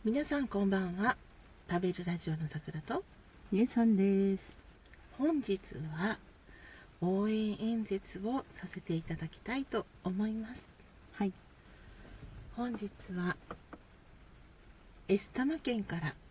皆さんこんばんは。食べるラジオのさくらとゆえさんです。 本日は応援演説をさせていただきたいと思います。 はい。 本日はエスタマ県からはい。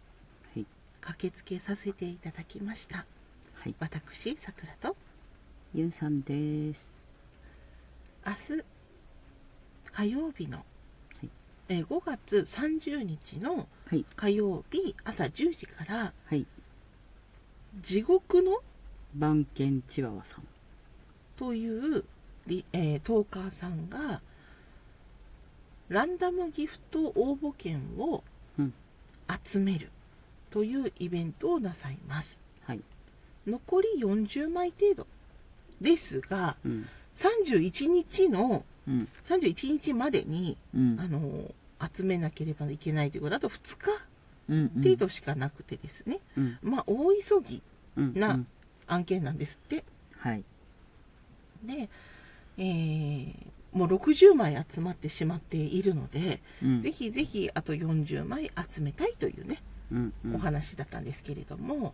駆けつけさせていただきました。 はい。 私さくらとゆえさんです。 明日火曜日の、5月30日のはい。 火曜日朝10時からはい。 地獄の番犬チワワさんという、トーカーさんがランダムギフト応募券を集めるというイベントをなさいます。 はい。 残り40枚程度ですが、31日の31日までに、集めなければいけないということだと2日程度しかなくてですね、まあ大急ぎな案件なんですって。 はい。 で、もう60枚集まってしまっているので、ぜひぜひあと40枚集めたいというね、お話だったんですけれども、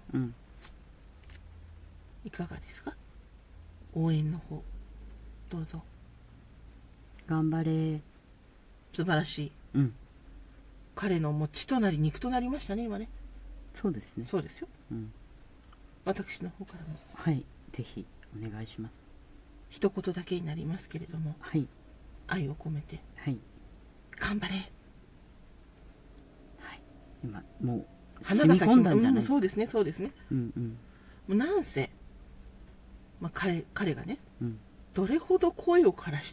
いかがですか？応援の方どうぞ。 頑張れ。 素晴らしい。彼のもう血となり肉となりましたね、今ね。 そうですね。 そうですよ。私の方からもはい。ぜひお願いします。 一言だけになりますけれども、 はい。 愛を込めてはい。 頑張れ。 はい。今もう花が咲き染み込んだんじゃないですか。 そうですね、そうですね。もうなんせ、彼がね、どれほど声を枯らして、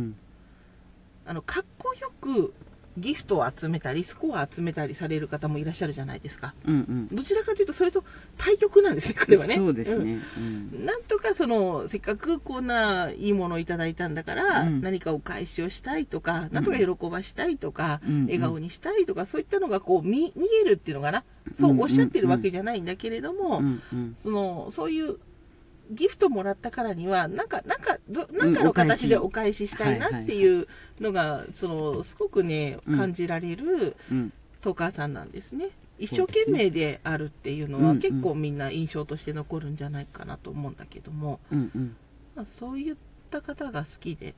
かっこよくギフトを集めたりスコアを集めたりされる方もいらっしゃるじゃないですか。どちらかというとそれと対極なんですね、彼はね。 そうですね。 なんとかせっかくこんないいものをいただいたんだから、何かお返しをしたいとか、なんとか喜ばしたいとか、笑顔にしたいとか、そういったのがこう見えるっていうのかな。そうおっしゃってるわけじゃないんだけれども、そういうギフトもらったからには、なんかの形でお返ししたいなっていうのが、すごくね、感じられるトーカーさんなんですね。一生懸命であるっていうのは、結構みんな印象として残るんじゃないかなと思うんだけども、そういった方が好きで、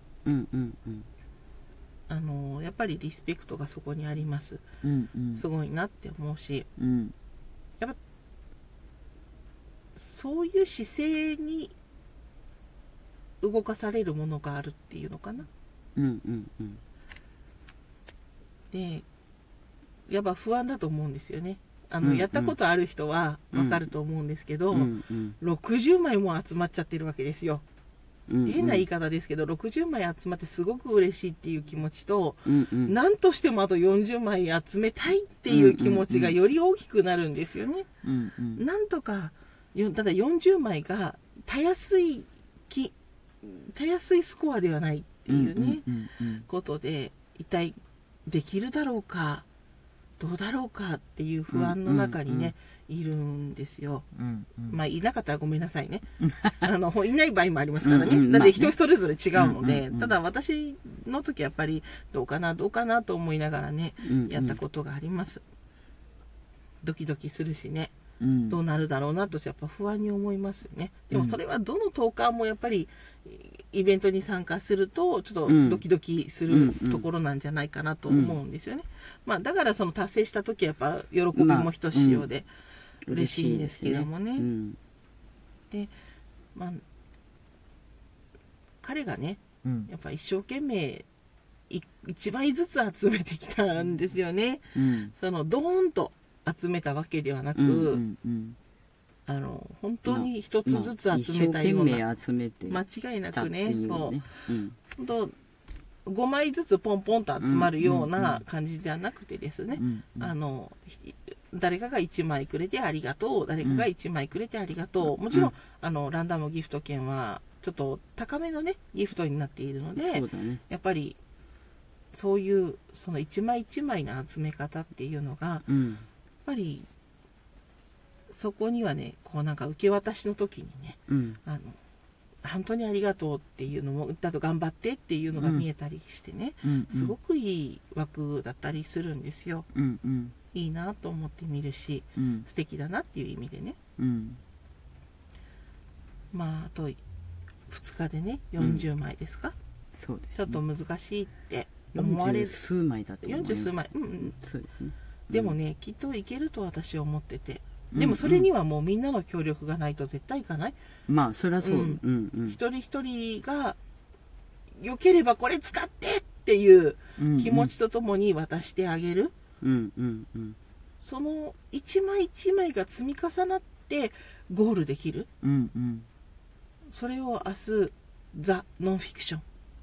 やっぱりリスペクトがそこにあります。すごいなって思うし、やっぱそういう姿勢に動かされるものがあるっていうのかな。で、やっぱ不安だと思うんですよね。やったことある人はわかると思うんですけど、60枚も集まっちゃってるわけですよ。変な言い方ですけど、60枚集まってすごく嬉しいっていう気持ちと、何としてもあと40枚集めたいっていう気持ちがより大きくなるんですよね。なんとかただ40枚がたやすいスコアではないっていうね、ことで、一体できるだろうか、どうだろうかっていう不安の中にね、いるんですよ。まあ、いなかったらごめんなさいね。いない場合もありますからね。だって人それぞれ違うので、ただ私の時やっぱりどうかなと思いながらね、やったことがあります。ドキドキするしね。どうなるだろうなとやっぱ不安に思いますよね。でもそれはどのトーカーもやっぱりイベントに参加するとちょっとドキドキするところなんじゃないかなと思うんですよね。まあだから達成した時はやっぱ喜びもひとしおで嬉しいんですけどもね。で、まあ彼がね、やっぱ一生懸命1枚ずつ集めてきたんですよね。ドーンと集めたわけではなく、本当に一つずつ集めたような、間違いなくね、本当5枚ずつポンポンと集まるような感じではなくてですね、誰かが1枚くれてありがとう、誰かが1枚くれてありがとう、もちろんランダムギフト券はちょっと高めのねギフトになっているので、やっぱりそういう1枚1枚の集め方っていうのが、やっぱりそこにはね、なんか受け渡しの時にね、本当にありがとうっていうのも、だと頑張ってっていうのが見えたりしてね、すごくいい枠だったりするんですよ。 いいなと思って見るし、素敵だなっていう意味でね、まああと2日でね40枚ですか、 そうですね、 ちょっと難しいって思われる。 40数枚だと思うよ。 40数枚、 そうですね。 でもね、きっといけると私は思ってて、でもそれにはもうみんなの協力がないと絶対いかない。 まあそれはそう、 一人一人が良ければこれ使ってっていう気持ちとともに渡してあげる、その一枚一枚が積み重なってゴールできる、それを明日ザ・ノンフィクショ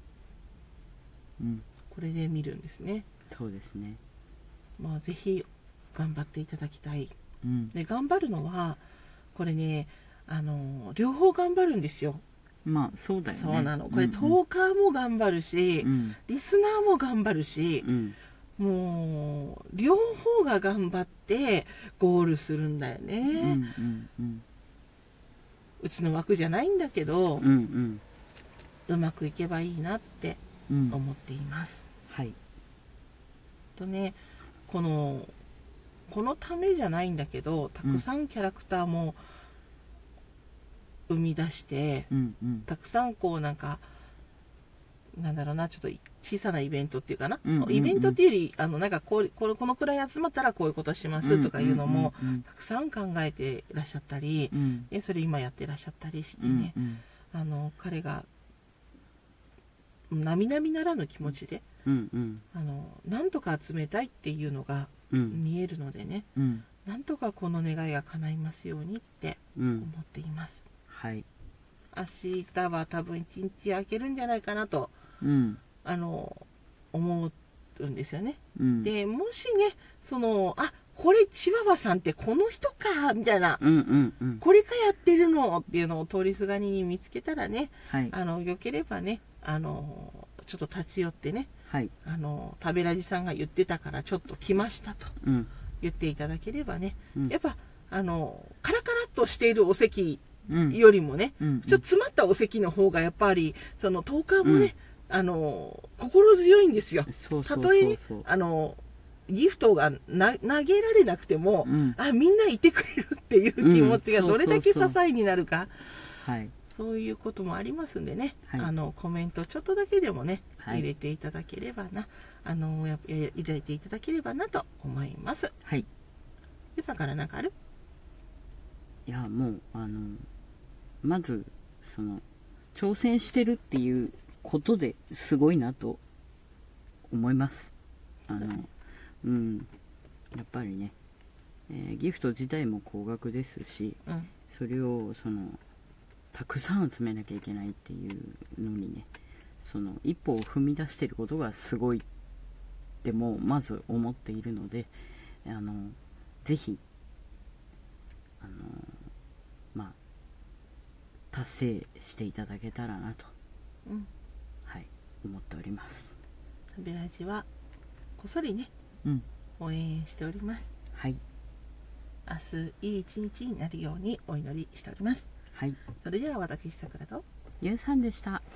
ン、これで見るんですね。 そうですね。 まあぜひ頑張っていただきたい。で頑張るのはこれね、両方頑張るんですよ。 まあそうだよね。 そうなの。これトーカーも頑張るし、リスナーも頑張るし、もう両方が頑張ってゴールするんだよね。うちの枠じゃないんだけど、うまくいけばいいなって思っています。 はい。 とね、このためじゃないんだけど、たくさんキャラクターも生み出して、たくさんこうなんかなんだろうな、ちょっと小さなイベントっていうかな、イベントっていうよりなんかこのくらい集まったらこういうことしますとかいうのもたくさん考えていらっしゃったり、それ今やってらっしゃったりしてね、彼が並々ならぬ気持ちで、なんとか集めたいっていうのが見えるのでね、なんとかこの願いが叶いますようにって思っています。 はい。 明日は多分一日空けるんじゃないかなと、思うんですよね。でもしね、これチワワさんってこの人かみたいな、これかやってるのっていうのを通りすがりに見つけたらね、よければね、ちょっと立ち寄ってね、食べラジさんが言ってたからちょっと来ましたと言っていただければね、やっぱカラカラっとしているお席よりもね、ちょっと詰まったお席の方がやっぱりトーカーもね、心強いんですよ。たとえね、ギフトが投げられなくても、みんないてくれるっていう気持ちがどれだけ支えになるか、そういうこともありますんでね、コメントちょっとだけでもね、入れていただければな、入れていただければなと思います。ゆうさんから何かある？ いや、もうまず挑戦してるっていうことですごいなと思います。やっぱりね、ギフト自体も高額ですし、それをたくさん集めなきゃいけないっていうのにね、一歩を踏み出していることがすごいってもまず思っているので、ぜひ達成していただけたらなと、思っております。 食べラジはこっそりね、応援しております。明日いい一日になるようにお祈りしております。それでは私さくらとゆうさんでした。